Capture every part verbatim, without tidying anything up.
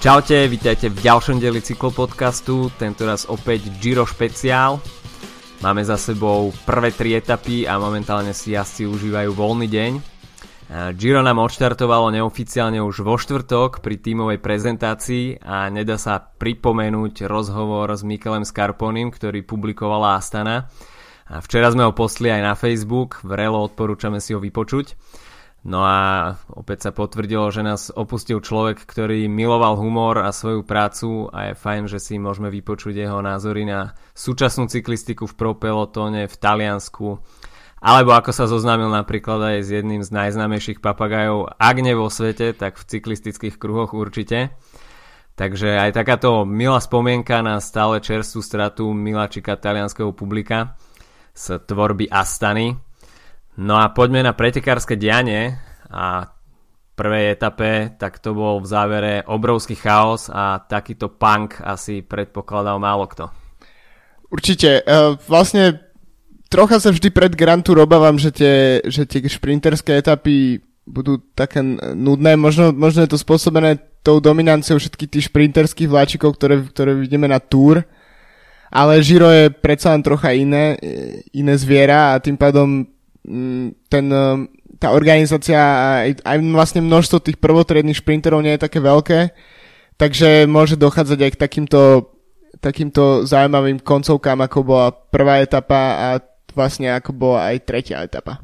Čaute, vítajte v ďalšom dieli cyklopodcastu, tentoraz opäť Giro špeciál. Máme za sebou prvé tri etapy a momentálne si jazdci užívajú voľný deň. Giro nám odštartovalo neoficiálne už vo štvrtok pri tímovej prezentácii a nedá sa pripomenúť rozhovor s Mikelem Scarponim, ktorý publikovala Astana. A včera sme ho postli aj na Facebook, vrelo odporúčame si ho vypočuť. No a opäť sa potvrdilo, že nás opustil človek, ktorý miloval humor a svoju prácu a je fajn, že si môžeme vypočuť jeho názory na súčasnú cyklistiku v pro pelotóne v Taliansku, alebo ako sa zoznámil napríklad aj s jedným z najznámejších papagajov, ak nie vo svete, tak v cyklistických kruhoch určite. Takže aj takáto milá spomienka na stále čerstvú stratu miláčika talianskeho publika z tvorby Astany. No a poďme na pretekárske dianie a v prvej etape, tak to bol v závere obrovský chaos a takýto punk asi predpokladal málo kto. Určite, vlastne trocha sa vždy pred Grand Tour obávam, že tie, že tie šprinterské etapy budú také nudné, možno, možno je to spôsobené tou dominanciou všetkých tých šprinterských vláčikov, ktoré, ktoré vidíme na Tour, ale Giro je predsa len trocha iné, iné zviera a tým pádom ten, tá organizácia aj, aj vlastne množstvo tých prvotriednych šprinterov nie je také veľké, takže môže dochádzať aj k takýmto, takýmto zaujímavým koncovkám, ako bola prvá etapa a vlastne ako bola aj tretia etapa.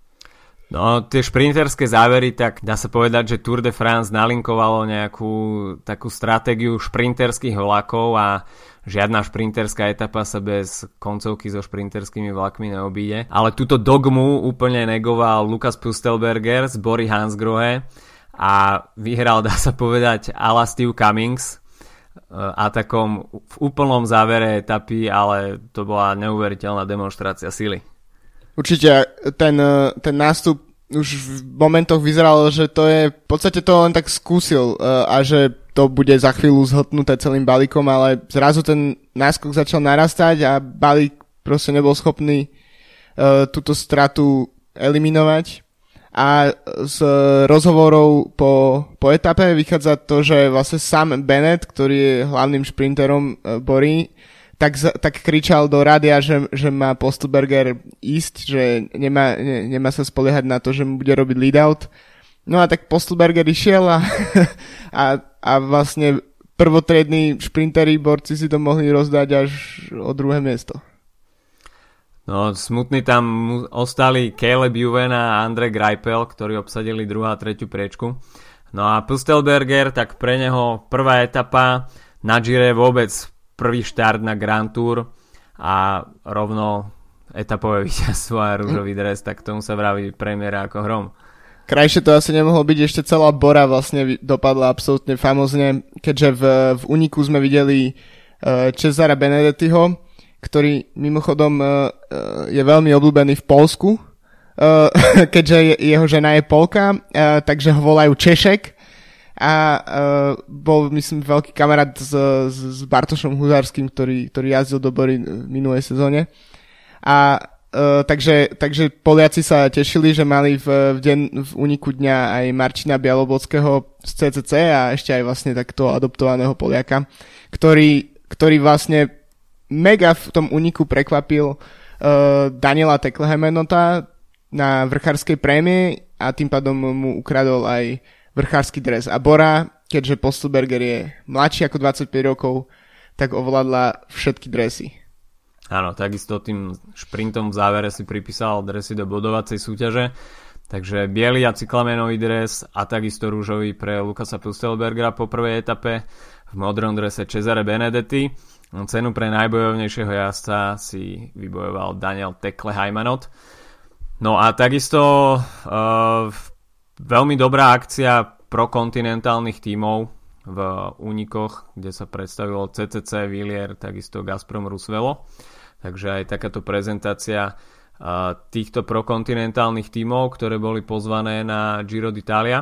No, tie šprinterské závery, tak dá sa povedať, že Tour de France nalinkovalo nejakú takú stratégiu šprinterských vlakov a žiadna šprinterská etapa sa bez koncovky so šprinterskými vlakmi neobíde. Ale túto dogmu úplne negoval Lukas Püstelberger z Bory Hansgrohe a vyhral, dá sa povedať, a la Steve Cummings atakom v úplnom závere etapy, ale to bola neuveriteľná demonštrácia sily. Určite ten, ten nástup už v momentoch vyzeralo, že to je, v podstate to len tak skúsil a že to bude za chvíľu zhltnuté celým balíkom, ale zrazu ten náskok začal narastať a balík proste nebol schopný uh, túto stratu eliminovať. A z rozhovorov po, po etape vychádza to, že vlastne Sam Bennett, ktorý je hlavným šprinterom uh, Bory, tak, tak kričal do rádia, že, že má Pöstelberger ísť, že nemá, ne, nemá sa spoliehať na to, že mu bude robiť lead-out. No a tak Pöstelberger išiel a, a, a vlastne prvotriední šprinteri, borci si to mohli rozdať až o druhé miesto. No, smutní tam ostali Caleb Ewan a Andre Greipel, ktorí obsadili druhú a tretiu priečku. No a Pöstelberger, tak pre neho prvá etapa na Gire, vôbec prvý štart na Grand Tour a rovno etapové víťazstvo a rúžový dres, tak tomu sa vraví premiéra ako hrom. Krajšie to asi nemohlo byť, ešte celá Bora vlastne dopadla absolútne famózne, keďže v, v úniku sme videli uh, Cesara Benedettiho, ktorý mimochodom uh, je veľmi obľúbený v Poľsku, uh, keďže jeho žena je Polka, uh, takže ho volajú Češek. A uh, bol, myslím, veľký kamarát s, s, s Bartošom Huzárským, ktorý, ktorý jazdil do Bory v minulej sezóne. A uh, takže, takže Poliaci sa tešili, že mali v, v deň v úniku dňa aj Marcina Bialobockého z cé cé cé a ešte aj vlastne takto adoptovaného Poliaka, ktorý, ktorý vlastne mega v tom úniku prekvapil uh, Daniela Teklehemennota na vrchárskej prémie a tým pádom mu ukradol aj vrchársky dres. A Bora, keďže Pöstelberger je mladší ako dvadsaťpäť rokov, tak ovládla všetky dresy. Áno, takisto tým šprintom v závere si pripísal dresy do bodovacej súťaže. Takže biely a cyklamenový dres a takisto rúžový pre Lukasa Püstelbergera po prvej etape. V modrom drese Cesare Benedetti. Cenu pre najbojovnejšieho jazdca si vybojoval Daniel Tekle-Heimanot. No a takisto uh, veľmi dobrá akcia prokontinentálnych tímov v únikoch, kde sa predstavilo cé cé cé, Villiers, takisto Gazprom Rusvelo. Takže aj takáto prezentácia uh, týchto prokontinentálnych tímov, ktoré boli pozvané na Giro d'Italia.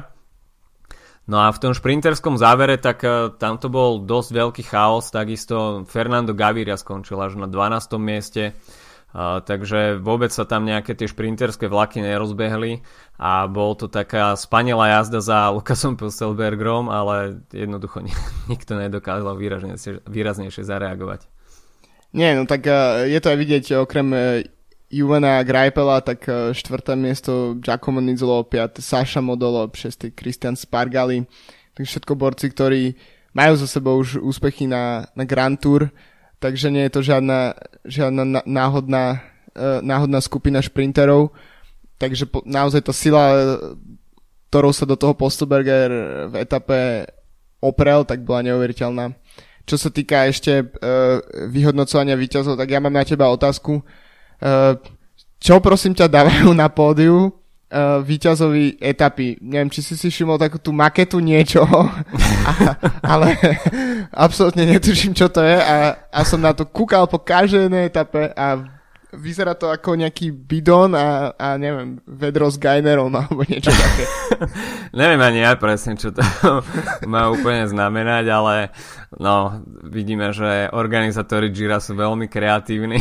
No a v tom šprinterskom závere, tak uh, tam to bol dosť veľký chaos. Takisto Fernando Gaviria skončil až na dvanástom mieste. Uh, takže vôbec sa tam nejaké tie šprinterské vlaky nerozbehli a bol to taká spanilá jazda za Lukasom Pöstlbergerom, ale jednoducho nikto nedokázal výraznejšie, výraznejšie zareagovať. Nie, no tak uh, je to aj vidieť, okrem uh, Juvena Greipela, tak uh, štvrté miesto Giacomo Nizzolo, piate Saša Modolo, šiesty Christian Spargali, tak všetko borci, ktorí majú za sebou už úspechy na, na Grand Tour, takže nie je to žiadna, žiadna náhodná, náhodná skupina šprinterov. Takže po, naozaj tá sila, ktorou sa do toho Pöstlberger v etape oprel, tak bola neuveriteľná. Čo sa týka ešte uh, vyhodnocovania víťazov, tak ja mám na teba otázku. Uh, čo prosím ťa dávajú na pódiu uh, víťazovi etapy? Neviem, či si si všimol takú tú maketu niečoho, ale absolútne netuším, čo to je a, a som na to kúkal po každej jednej etape a vyzerá to ako nejaký bidon a, a neviem, vedro s gajnerom alebo niečo také. Neviem ani ja presne, čo to má úplne znamenať, ale no, vidíme, že organizátori Gira sú veľmi kreatívni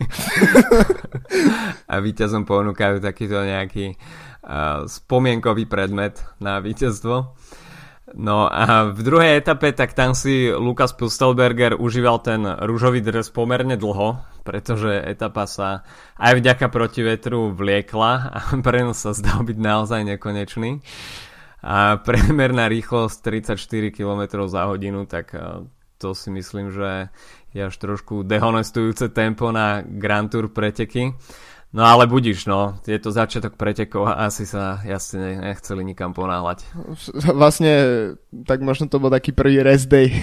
a víťazom ponúkajú takýto nejaký uh, spomienkový predmet na víťazstvo. No a v druhej etape, tak tam si Lukas Pöstlberger užíval ten ružový dres pomerne dlho, pretože etapa sa aj vďaka protivetru vliekla a prenos sa zdal byť naozaj nekonečný. A priemerná rýchlosť tridsaťštyri kilometrov za hodinu, tak to si myslím, že je až trošku dehonestujúce tempo na Grand Tour preteky. No ale budíš, no, je to začiatok pretekov a asi sa jasne nechceli nikam ponáhľať. Vlastne, tak možno to bol taký prvý rest day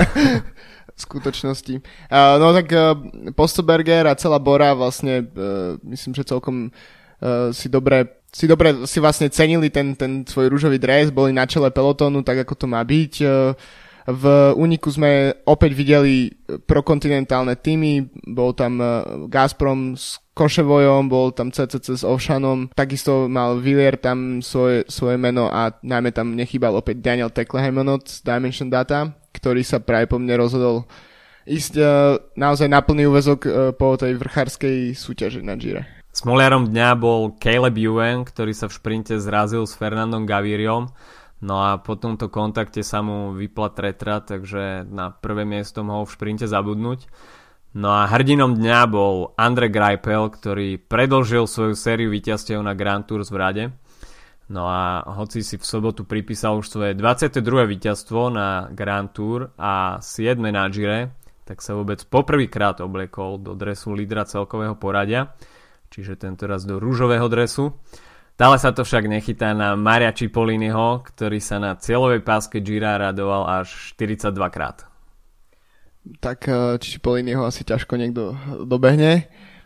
v skutočnosti. Uh, no tak uh, Pöstlberger a celá Bora vlastne, uh, myslím, že celkom uh, si dobre, si dobre si vlastne cenili ten, ten svoj ružový dres, boli na čele pelotónu, tak ako to má byť. Uh, V úniku sme opäť videli prokontinentálne týmy, bol tam Gazprom s Koševojom, bol tam cé cé cé s Ovšanom, takisto mal Villiers tam svoje, svoje meno a najmä tam nechýbal opäť Daniel Teklehemonot z Dimension Data, ktorý sa práve po mne rozhodol ísť naozaj na plný úväzok po tej vrchárskej súťaži na Gire. Smoliarom dňa bol Caleb Ewan, ktorý sa v šprinte zrazil s Fernandom Gaviriom. No a po tomto kontakte sa mu vypla tretra, takže na prvé miesto mohol v šprinte zabudnúť. No a hrdinom dňa bol Andre Greipel, ktorý predĺžil svoju sériu víťazstiev na Grand Tour v Rade. No a hoci si v sobotu pripísal už svoje dvadsiate druhé víťazstvo na Grand Tour a siedme na Gire, tak sa vôbec poprvýkrát obliekol do dresu lídra celkového poradia, čiže tentoraz do rúžového dresu. Stále sa to však nechytá na Maria Cipolliniho, ktorý sa na cieľovej páske Gira radoval až štyridsaťdva krát. Tak Cipolliniho asi ťažko niekto dobehne.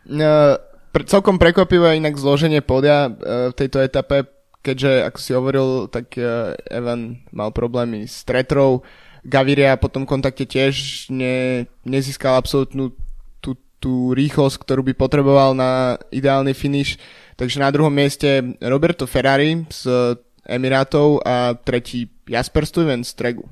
Celkom prekvapivé inak zloženie pódia v tejto etape, keďže, ako si hovoril, tak Evan mal problémy s tretrou. Gaviria po tom kontakte tiež ne, nezískal absolútnu tú, tú rýchlosť, ktorú by potreboval na ideálny finish. Takže na druhom mieste Roberto Ferrari z Emirátov a tretí Jasper Stuyven z Tregu.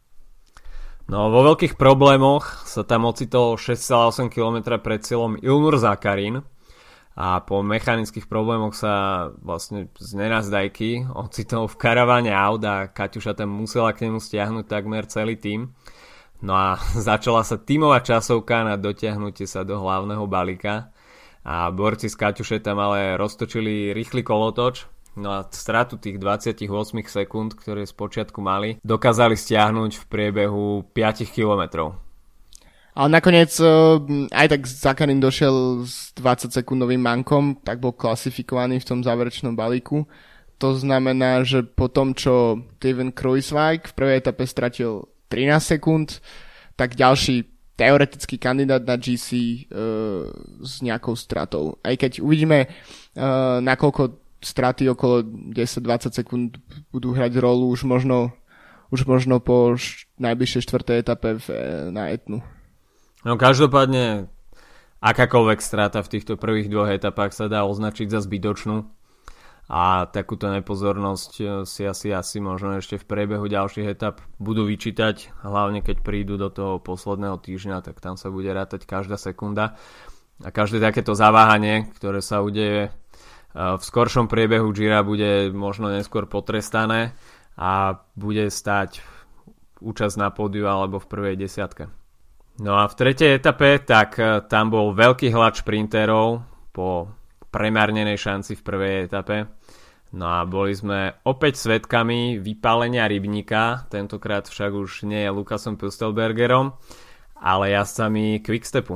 No vo veľkých problémoch sa tam ocitol šesť celá osem kilometra pred cieľom Ilnur Zakarin a po mechanických problémoch sa vlastne z nenazdajky ocitol v karaváne aut a Kaťuša tam musela k nemu stiahnuť takmer celý tím. No a začala sa tímová časovka na dotiahnutie sa do hlavného balíka. A borci z Kaťuše tam ale roztočili rýchly kolotoč, no a stratu tých dvadsaťosem sekúnd, ktoré spočiatku mali, dokázali stiahnuť v priebehu päť kilometrov. Ale nakoniec aj tak Zakarin došiel s dvadsaťsekundovým mankom, tak bol klasifikovaný v tom záverečnom balíku. To znamená, že po tom, čo Steven Kruijswijk v prvej etape stratil trinásť sekúnd, tak ďalší teoretický kandidát na gé cé uh, s nejakou stratou. Aj keď uvidíme, uh, nakoľko straty okolo desať dvadsať sekúnd budú hrať rolu už možno, už možno po š- najbližšej štvrtej etape v, na Etnu. No každopádne akákoľvek strata v týchto prvých dvoch etapách sa dá označiť za zbytočnú a takúto nepozornosť si asi, asi možno ešte v priebehu ďalších etap budú vyčítať, hlavne keď prídu do toho posledného týždňa, tak tam sa bude rátať každá sekunda. A každé takéto zaváhanie, ktoré sa udeje v skoršom priebehu Gira, bude možno neskôr potrestané a bude stáť účasť na pódiu alebo v prvej desiatke. No a v tretej etape, tak tam bol veľký hlad šprinterov po premárnenej šanci v prvej etape. No a boli sme opäť svedkami vypálenia Rybníka, tentokrát však už nie je Lukasom Püstelbergerom, ale jazdcami Quickstepu.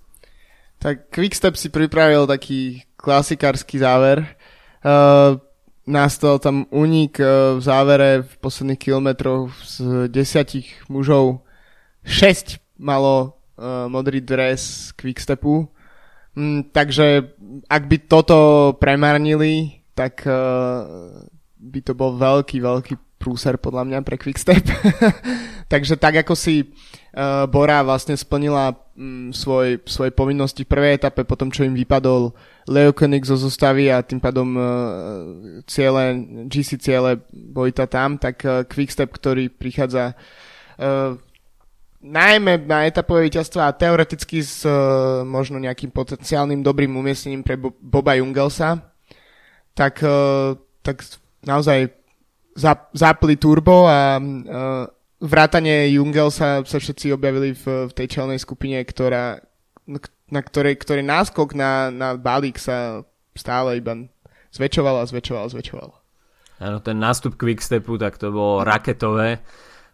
Tak Quickstep si pripravil taký klasikársky záver. Uh, nastal tam únik uh, v závere v posledných kilometroch z desiatich mužov. Šesť malo uh, modrý dres Quickstepu. Mm, takže ak by toto premárnili, tak uh, by to bol veľký, veľký prúser podľa mňa pre Quickstep. Takže tak ako si uh, Bora vlastne splnila um, svoj, svoje povinnosti v prvej etape, potom čo im vypadol Leo Koenig zo zostavy a tým pádom uh, ciele, gé cé ciele boli ta tam, tak uh, Quickstep, ktorý prichádza uh, najmä na etapové víťazstva a teoreticky s uh, možno nejakým potenciálnym dobrým umiestnením pre Bo- Boba Jungelsa, tak, uh, tak naozaj zap- zapli turbo a uh, vrátane Jungelsa sa všetci objavili v, v tej čelnej skupine, ktorá, na ktorej, ktorý náskok na, na balík sa stále iba zväčšoval a zväčšoval a zväčšoval. Áno, ten nástup Quickstepu, tak to bolo raketové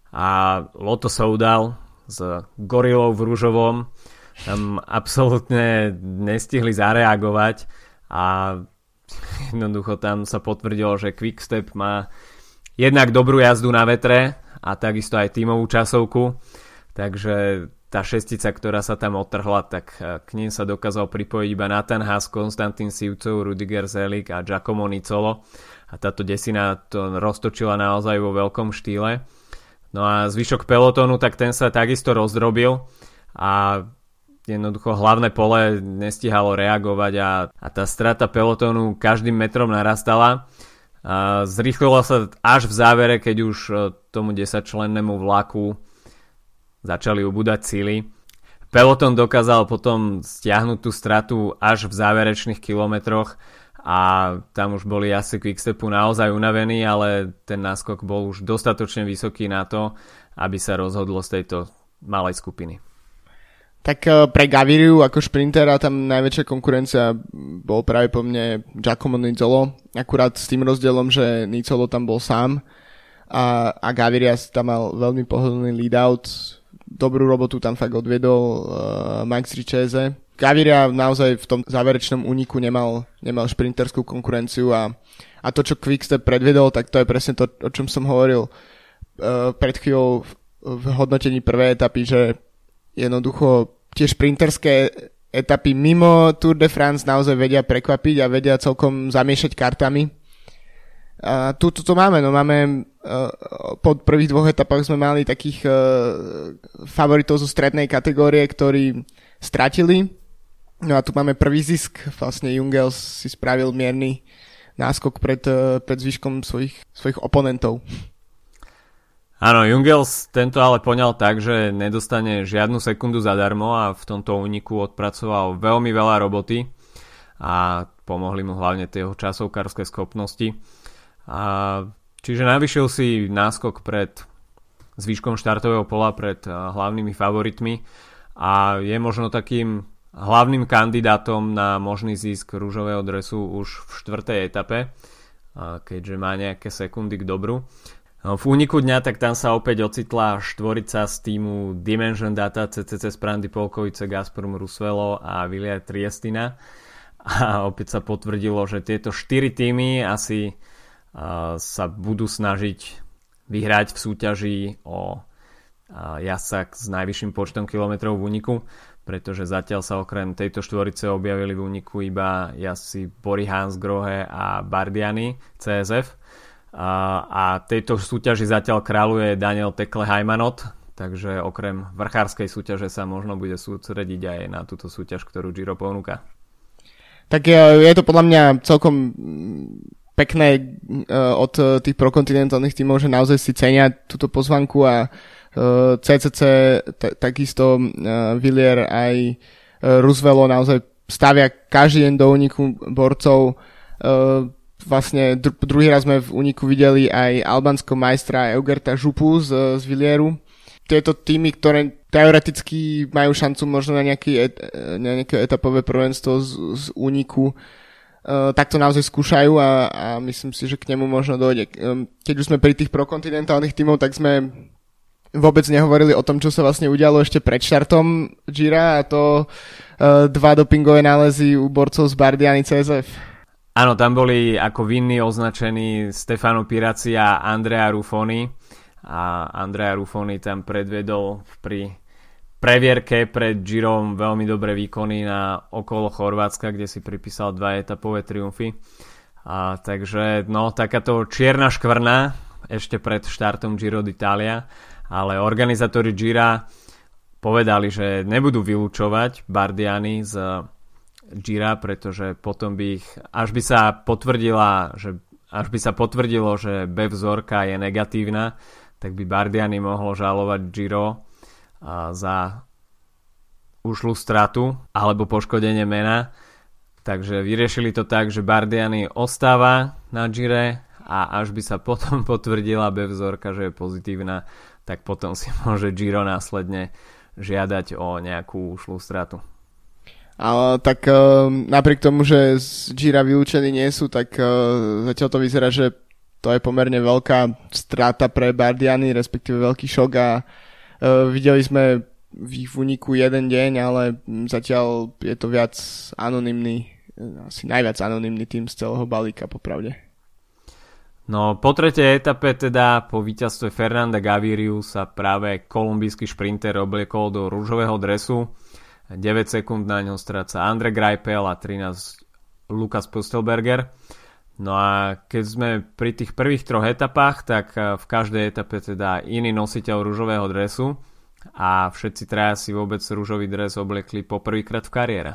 a Lotto Soudal s gorilou v ružovom tam absolútne nestihli zareagovať a jednoducho tam sa potvrdilo, že Quickstep má jednak dobrú jazdu na vetre a takisto aj tímovú časovku, takže tá šestica, ktorá sa tam odtrhla, tak k ním sa dokázal pripojiť iba Nathan Haas, Konstantín Sivcov, Rudiger Zelik a Giacomo Nizzolo a táto desina to roztočila naozaj vo veľkom štýle. No a zvyšok pelotónu, tak ten sa takisto rozdrobil a jednoducho hlavné pole nestihalo reagovať a, a tá strata pelotónu každým metrom narastala. A zrýchlilo sa až v závere, keď už tomu desaťčlennému vlaku začali ubúdať síly. Peloton dokázal potom stiahnuť tú stratu až v záverečných kilometroch a tam už boli asi Quickstepu naozaj unavení, ale ten náskok bol už dostatočne vysoký na to, aby sa rozhodlo z tejto malej skupiny. Tak pre Gaviriu ako šprintera tam najväčšia konkurencia bol práve po mne Giacomo Nizzolo, akurát s tým rozdielom, že Nizzolo tam bol sám a, a Gaviria tam mal veľmi pohodlný lead-out, dobrú robotu tam fakt odviedol uh, Max Richese. Gaviria naozaj v tom záverečnom úniku nemal, nemal šprinterskú konkurenciu a, a to, čo Quickstep predviedol, tak to je presne to, o čom som hovoril uh, pred chvíľou v, v hodnotení prvej etapy, že jednoducho tie šprinterské etapy mimo Tour de France naozaj vedia prekvapiť a vedia celkom zamiešať kartami. A tu, tu to máme, no máme uh, po prvých dvoch etapách sme mali takých uh, favoritov zo strednej kategórie, ktorí stratili. No a tu máme prvý zisk, vlastne Jungels si spravil mierny náskok pred, uh, pred zvyškom svojich, svojich oponentov. Áno, Jungels tento ale poňal tak, že nedostane žiadnu sekundu zadarmo a v tomto úniku odpracoval veľmi veľa roboty a pomohli mu hlavne tie jeho časovkárske schopnosti. A čiže navýšil si náskok pred zvyškom štartového pola, pred hlavnými favoritmi a je možno takým hlavným kandidátom na možný zisk ružového dresu už v štvrtej etape, keďže má nejaké sekundy k dobru. V úniku dňa tak tam sa opäť ocitla štvorica z týmu Dimension Data, cé cé cé Sprandi Polkovice, Gazprom Rusvelo a Villiers Triestina. A opäť sa potvrdilo, že tieto štyri týmy asi uh, sa budú snažiť vyhrať v súťaži o uh, jazdca s najvyšším počtom kilometrov v úniku, pretože zatiaľ sa okrem tejto štvorice objavili v úniku iba jazdci Bori Hansgrohe a Bardiani cé es ef. A, a tejto súťaži zatiaľ kráľuje Daniel Tekle Heimanot, takže okrem vrchárskej súťaže sa možno bude sústrediť aj na túto súťaž, ktorú Giro ponúka. Tak je to podľa mňa celkom pekné od tých prokontinentálnych tímov, že naozaj si cenia túto pozvanku a cé cé cé, t- takisto Villiers aj Rusvelo naozaj stavia každý deň do úniku borcov. Uh, vlastne dru- druhý raz sme v úniku videli aj albánsko majstra Eugerta Župu z, z Villieru. Tieto týmy, ktoré teoreticky majú šancu možno na, nejaký et- na nejaké etapové prvenstvo z, z úniku, uh, tak to naozaj skúšajú a, a myslím si, že k nemu možno dojde. Um, keď už sme pri tých prokontinentálnych tímov, tak sme vôbec nehovorili o tom, čo sa vlastne udialo ešte pred štartom Gira, a to uh, dva dopingové nálezy u borcov z Bardiany cé es ef. Áno, tam boli ako vinní označení Stefano Pirazzi a Andrea Ruffoni a Andrea Ruffoni tam predvedol pri previerke pred Girom veľmi dobré výkony na okolo Chorvátska, kde si pripísal dva etapové triumfy. A, takže no, takáto čierna škvrna ešte pred štartom Giro d'Italia, ale organizátori Gira povedali, že nebudú vylúčovať Bardiany z Gira, pretože potom by ich, až by sa potvrdila, že až by sa potvrdilo, že bé vzorka je negatívna, tak by Bardiany mohlo žalovať Giro za ušlú stratu alebo poškodenie mena. Takže vyriešili to tak, že Bardiany ostáva na Gire a až by sa potom potvrdila bé vzorka, že je pozitívna, tak potom si môže Giro následne žiadať o nejakú ušlú stratu. Ale tak uh, napriek tomu, že z Gira vylúčení nie sú, tak uh, zatiaľ to vyzerá, že to je pomerne veľká strata pre Bardiany, respektíve veľký šok, a uh, videli sme v ich úniku jeden deň, ale zatiaľ je to viac anonymný, asi najviac anonymný tým z celého balíka, popravde. No po tretej etape, teda po víťazstve Fernanda Gaviriu, sa práve kolumbijský šprinter obliekol do ružového dresu. deväť sekúnd na ňom stráca Andre Greipel a trinásť Lukas Pöstelberger. No a keď sme pri tých prvých troch etapách, tak v každej etape teda iný nositeľ ružového dresu a všetci traja si vôbec ružový dres obliekli poprvýkrát v kariére.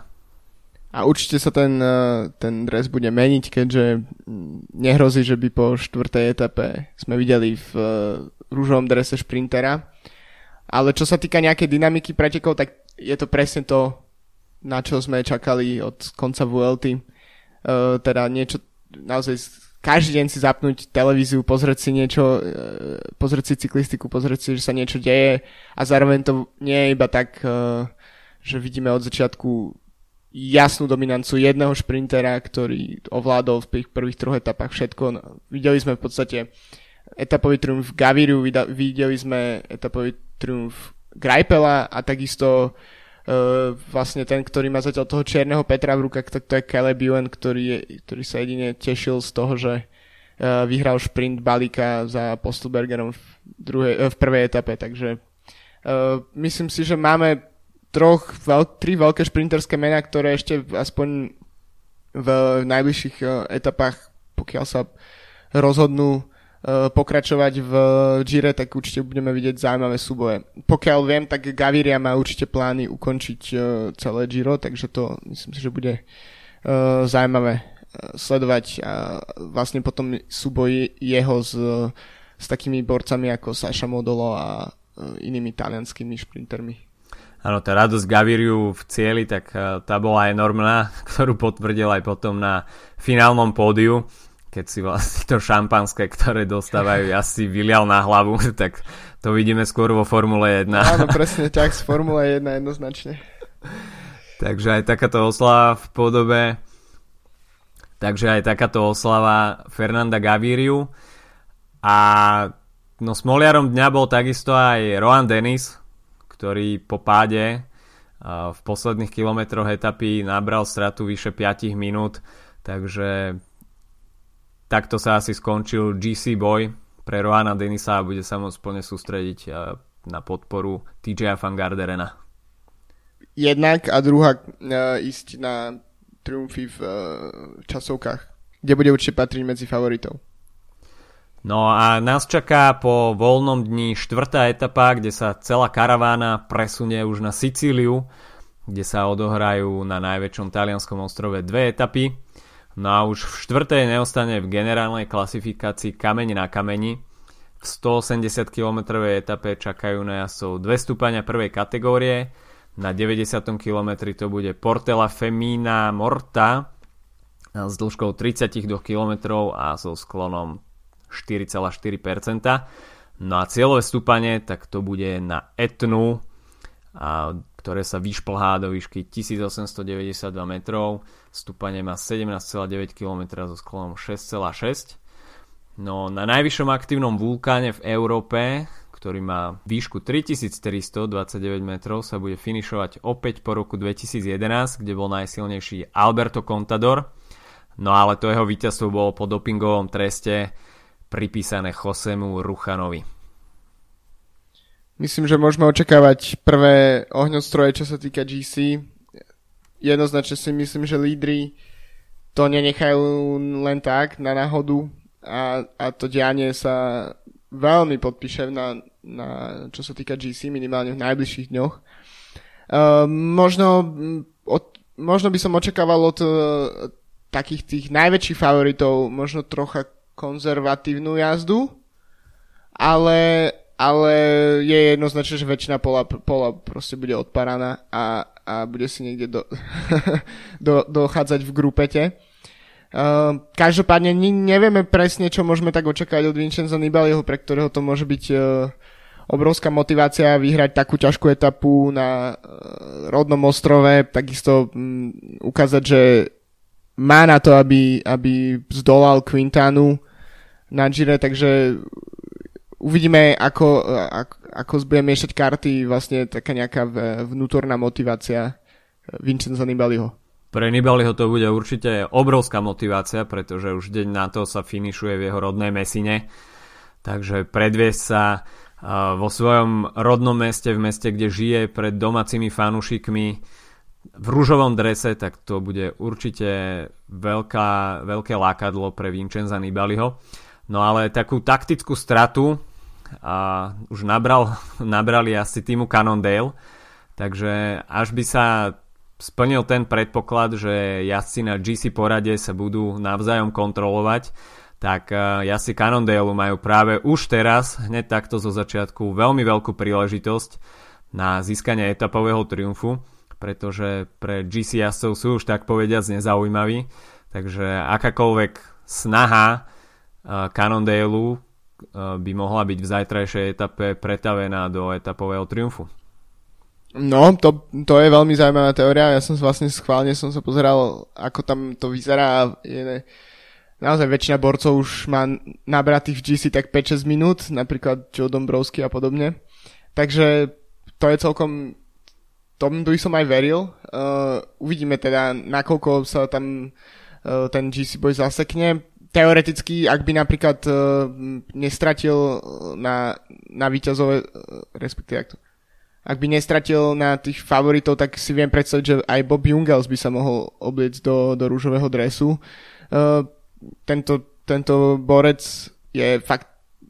A určite sa ten, ten dres bude meniť, keďže nehrozí, že by po štvrtej etape sme videli v ružovom drese šprintera. Ale čo sa týka nejakej dynamiky pretekov, tak je to presne to, na čo sme čakali od konca Vuelty. Uh, teda niečo, naozaj každý deň si zapnúť televíziu, pozrieť si niečo, uh, pozrieť si cyklistiku, pozrieť si, že sa niečo deje, a zároveň to nie je iba tak, uh, že vidíme od začiatku jasnú dominanciu jedného šprintera, ktorý ovládol v tých prvých troch etapách všetko. No, videli sme v podstate etapový triumf Gaviriu, videli sme etapový triumf Greipela a takisto uh, vlastne ten, ktorý má zatiaľ toho čierneho Petra v rukách, tak to je Caleb Ewan, ktorý, je, ktorý sa jedine tešil z toho, že uh, vyhral šprint balíka za Postelbergerom v, druhej, uh, v prvej etape, takže uh, myslím si, že máme troch, veľk, tri veľké šprinterské mená, ktoré ešte aspoň v najbližších uh, etapách, pokiaľ sa rozhodnú pokračovať v Gire, tak určite budeme vidieť zaujímavé súboje. Pokiaľ viem, tak Gaviria má určite plány ukončiť celé Giro, takže to myslím si, že bude uh, zaujímavé sledovať a vlastne potom súboj jeho s, s takými borcami ako Saša Modolo a uh, inými talianskými šprintermi. Áno, tá radosť Gaviriu v cieli, tak uh, tá bola enormná, ktorú potvrdil aj potom na finálnom pódiu, keď si vlastne to šampanské, ktoré dostávajú, asi vylial na hlavu, tak to vidíme skôr vo Formule jeden. Áno, presne tak, z Formule jeden jednoznačne. Takže aj takáto oslava v podobe takže aj takáto oslava Fernanda Gaviriu. A no smoliarom dňa bol takisto aj Rohan Dennis, ktorý po páde v posledných kilometroch etapy nabral stratu vyše päť minút, takže takto sa asi skončil gé cé boj pre Rohana Dennisa a bude sa môcť plne sústrediť na podporu té džeja Van Garderena. Jednak a druhá uh, ísť na triumfy v uh, časovkách, kde bude určite patriť medzi favoritov. No a nás čaká po voľnom dni štvrtá etapa, kde sa celá karavána presunie už na Sicíliu, kde sa odohrajú na najväčšom talianskom ostrove dve etapy. No a už v štvrtej neostane v generálnej klasifikácii kameň na kameni. V stoosemdesiat kilometrovej etape čakajú na jazdcov dve stúpania prvej kategórie, Na deväťdesiatom kilometri to bude Portella Femina Morta s dĺžkou tridsaťdva kilometrov a so sklonom štyri celé štyri percenta. No a cieľové stúpanie, tak to bude na Etnu, a, ktoré sa vyšplhá do výšky tisícosemstodeväťdesiatdva metrov. Stúpanie má sedemnásť celé deväť kilometra so sklonom šesť celé šesť. No na najvyššom aktívnom vulkáne v Európe, ktorý má výšku tritisíctristodvadsaťdeväť metrov, sa bude finišovať opäť po roku dvetisícjedenásť, kde bol najsilnejší Alberto Contador. No ale to jeho víťazstvo bolo po dopingovom treste pripísané Josemu Ruchanovi. Myslím, že môžeme očakávať prvé ohňostroje, čo sa týka gé cé. Jednoznačne si myslím, že lídri to nenechajú len tak na náhodu a, a to dianie sa veľmi podpíše na, na čo sa týka gé cé, minimálne v najbližších dňoch. Uh, možno, od, možno by som očakával od uh, takých tých najväčších favoritov možno trocha konzervatívnu jazdu, ale, ale je jednoznačné, že väčšina pola, pola proste bude odparaná a, a bude si niekde do, do, dochádzať v grupete. Uh, každopádne nevieme presne, čo môžeme tak očakávať od Vincenza Nibaliho, pre ktorého to môže byť uh, obrovská motivácia vyhrať takú ťažkú etapu na uh, rodnom ostrove, takisto um, ukázať, že má na to, aby, aby zdolal Quintanu na Gire, takže uvidíme, ako, ako, ako bude miešať karty, vlastne taká nejaká vnútorná motivácia Vincenza Nibaliho. Pre Nibaliho to bude určite obrovská motivácia, pretože už deň na to sa finišuje v jeho rodnej Messine, takže predviesť sa vo svojom rodnom meste, v meste, kde žije, pred domácimi fanúšikmi v ružovom drese, tak to bude určite veľká, veľké lákadlo pre Vincenza Nibaliho. No ale takú taktickú stratu a už nabral, nabrali asi týmu Cannondale, takže až by sa splnil ten predpoklad, že jazdci na gé cé porade sa budú navzájom kontrolovať, tak jazdci Cannondale majú práve už teraz, hneď takto zo začiatku, veľmi veľkú príležitosť na získanie etapového triumfu, pretože pre gé cé jazdcov sú už tak povediac nezaujímaví, takže akákoľvek snaha Cannondale by mohla byť v zajtrajšej etape pretavená do etapového triumfu. No, to, to je veľmi zaujímavá teória. Ja som vlastne schválne som sa pozeral, ako tam to vyzerá. Je, naozaj väčšina borcov už má nabratých v gé cé tak päť šesť minút, napríklad Joe Dombrowski a podobne. Takže to je celkom, tomu by som aj veril. Uh, uvidíme teda, nakoľko sa tam uh, ten gé cé boj zasekne. Teoreticky, ak by napríklad uh, nestratil na, na víťazové, uh, respektíve ak to, ak by nestratil na tých favoritov, tak si viem predstaviť, že aj Bob Jungels by sa mohol obliecť do, do rúžového dresu. Uh, tento, tento borec je fakt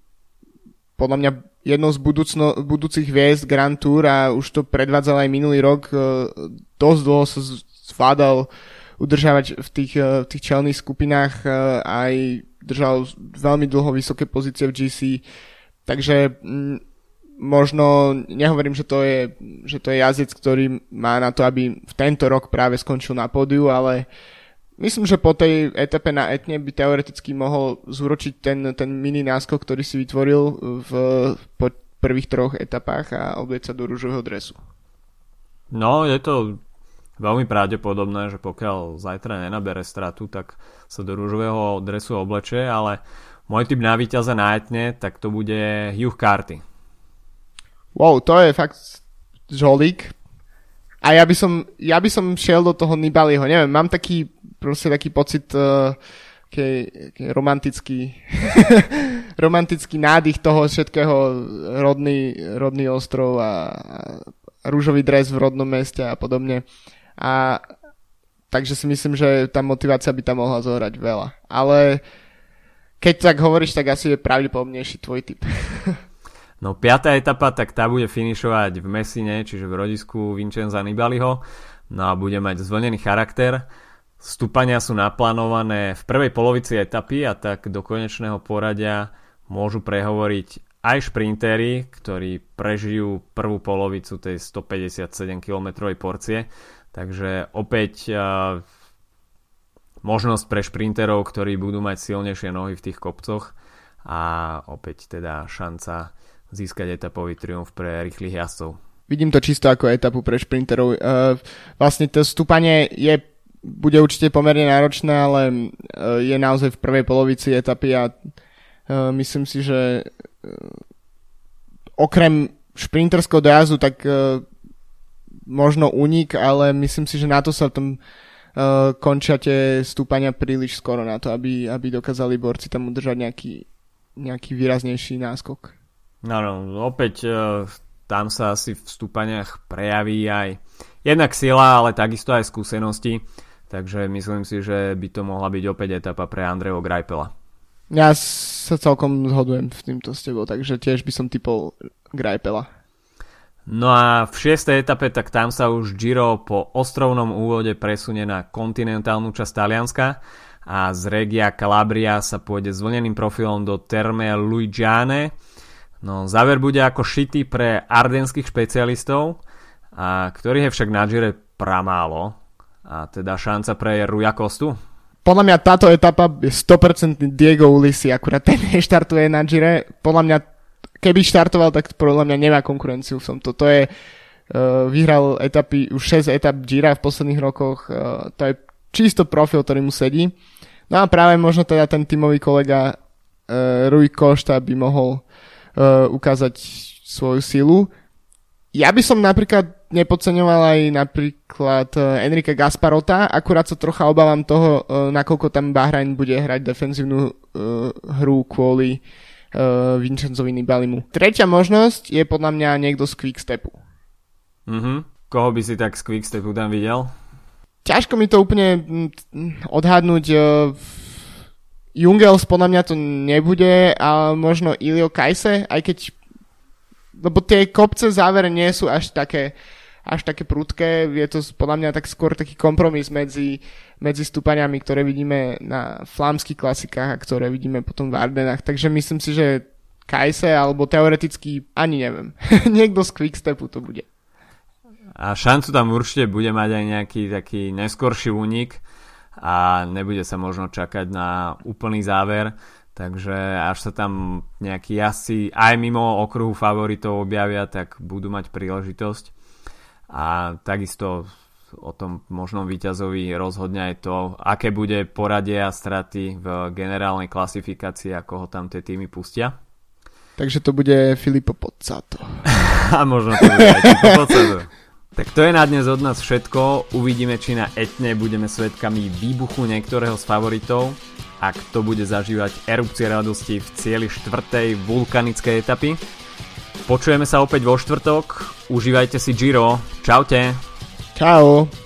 podľa mňa jednou z budúcno, budúcich hviezd Grand Tour a už to predvádzal aj minulý rok. Uh, dosť dlho sa zvládal udržávať v tých, v tých čelných skupinách, aj držal veľmi dlho vysoké pozície v gé cé, takže m, možno, nehovorím, že to je, že to je jazdec, ktorý má na to, aby v tento rok práve skončil na pódiu, ale myslím, že po tej etape na Etne by teoreticky mohol zúročiť ten, ten mini náskok, ktorý si vytvoril v po prvých troch etapách a oblieť sa do rúžového dresu. No, je to veľmi pravdepodobné, že pokiaľ zajtra nenabere stratu, tak sa do rúžového dresu oblečie, ale môj tip na víťaza na Etne, tak to bude Hugh Carty. Wow, to je fakt žolík. A ja by som, ja by som šiel do toho Nibaliho, neviem, mám taký, proste taký pocit, uh, kej, kej romantický, romantický nádych toho všetkého, rodný, rodný ostrov a, a rúžový dres v rodnom meste a podobne. A takže si myslím, že tá motivácia by tam mohla zohrať veľa. Ale keď tak hovoríš, tak asi je pravdepodobnejší tvoj tip. No piata etapa, tak tá bude finišovať v Messine, čiže v rodisku Vincenza Nibaliho. No a bude mať zvlnený charakter. Stúpania sú naplánované v prvej polovici etapy a tak do konečného poradia môžu prehovoriť aj šprintéri, ktorí prežijú prvú polovicu tej stopäťdesiatsedem kilometrovej porcie. Takže opäť uh, možnosť pre šprinterov, ktorí budú mať silnejšie nohy v tých kopcoch a opäť teda šanca získať etapový triumf pre rýchlych jazdcov. Vidím to čisto ako etapu pre šprinterov. Uh, vlastne to stúpanie je, bude určite pomerne náročné, ale uh, je naozaj v prvej polovici etapy a uh, myslím si, že uh, okrem šprinterského dojazdu tak uh, možno únik, ale myslím si, že na to sa v tom Uh, končia tie stúpania príliš skoro na to, aby, aby dokázali borci tam udržať nejaký, nejaký výraznejší náskok. No, no, opäť uh, tam sa asi v stúpaniach prejaví aj jednak sila, ale takisto aj skúsenosti, takže myslím si, že by to mohla byť opäť etapa pre Andreho Greipela. Ja sa celkom zhodujem v týmto s tebou, takže tiež by som typol Greipela. No a v šiestej etape, tak tam sa už Giro po ostrovnom úvode presunie na kontinentálnu časť Talianska a z Regia Calabria sa pôjde s vlneným profilom do Terme Luggiane. No záver bude ako šitý pre ardenských špecialistov, a ktorých je však na Gire pramálo, a teda šanca pre Ruja Costu. Podľa mňa táto etapa je sto percent Diego Ulissi, akurát ten neštartuje na Gire. Podľa mňa keby štartoval, tak podľa mňa nemá konkurenciu v tomto. To je, uh, vyhral etapy, už šesť etap Gira v posledných rokoch, uh, to je čisto profil, ktorý mu sedí. No a práve možno teda ten tímový kolega uh, Rui Costa by mohol uh, ukázať svoju silu. Ja by som napríklad nepodceňoval aj napríklad uh, Enrica Gasparota, akurát sa trocha obávam toho, uh, nakoľko tam Bahrain bude hrať defenzívnu uh, hru kvôli Uh, Vincenzovi Nibalimu. Tretia možnosť je podľa mňa niekto z Quickstepu. Mhm. Koho by si tak z Quickstepu tam videl? Ťažko mi to úplne odhadnúť. Uh, Jungels podľa mňa to nebude, a možno Ilio Kajse, aj keď, lebo tie kopce v závere nie sú až také až také prudké, je to podľa mňa tak skôr taký kompromis medzi, medzi stúpaniami, ktoré vidíme na flámskych klasikách a ktoré vidíme potom v Ardenách, takže myslím si, že Kajse, alebo teoreticky ani neviem, niekto z Quickstepu to bude. A šancu tam určite bude mať aj nejaký taký neskorší únik a nebude sa možno čakať na úplný záver, takže až sa tam nejakí jazdci aj mimo okruhu favoritov objavia, tak budú mať príležitosť. A takisto o tom možnom víťazovi rozhodne aj to, aké bude poradie a straty v generálnej klasifikácii, ako ho tam tie týmy pustia. Takže to bude Filippo Pozzato. A možno to bude aj Filippo Pozzato. Tak to je na dnes od nás všetko. Uvidíme, či na Etne budeme svedkami výbuchu niektorého z favoritov, a kto bude zažívať erupcie radosti v cieli štvrtej vulkanickej etapy. Počujeme sa opäť vo štvrtok. Užívajte si Giro. Čaute. Čau.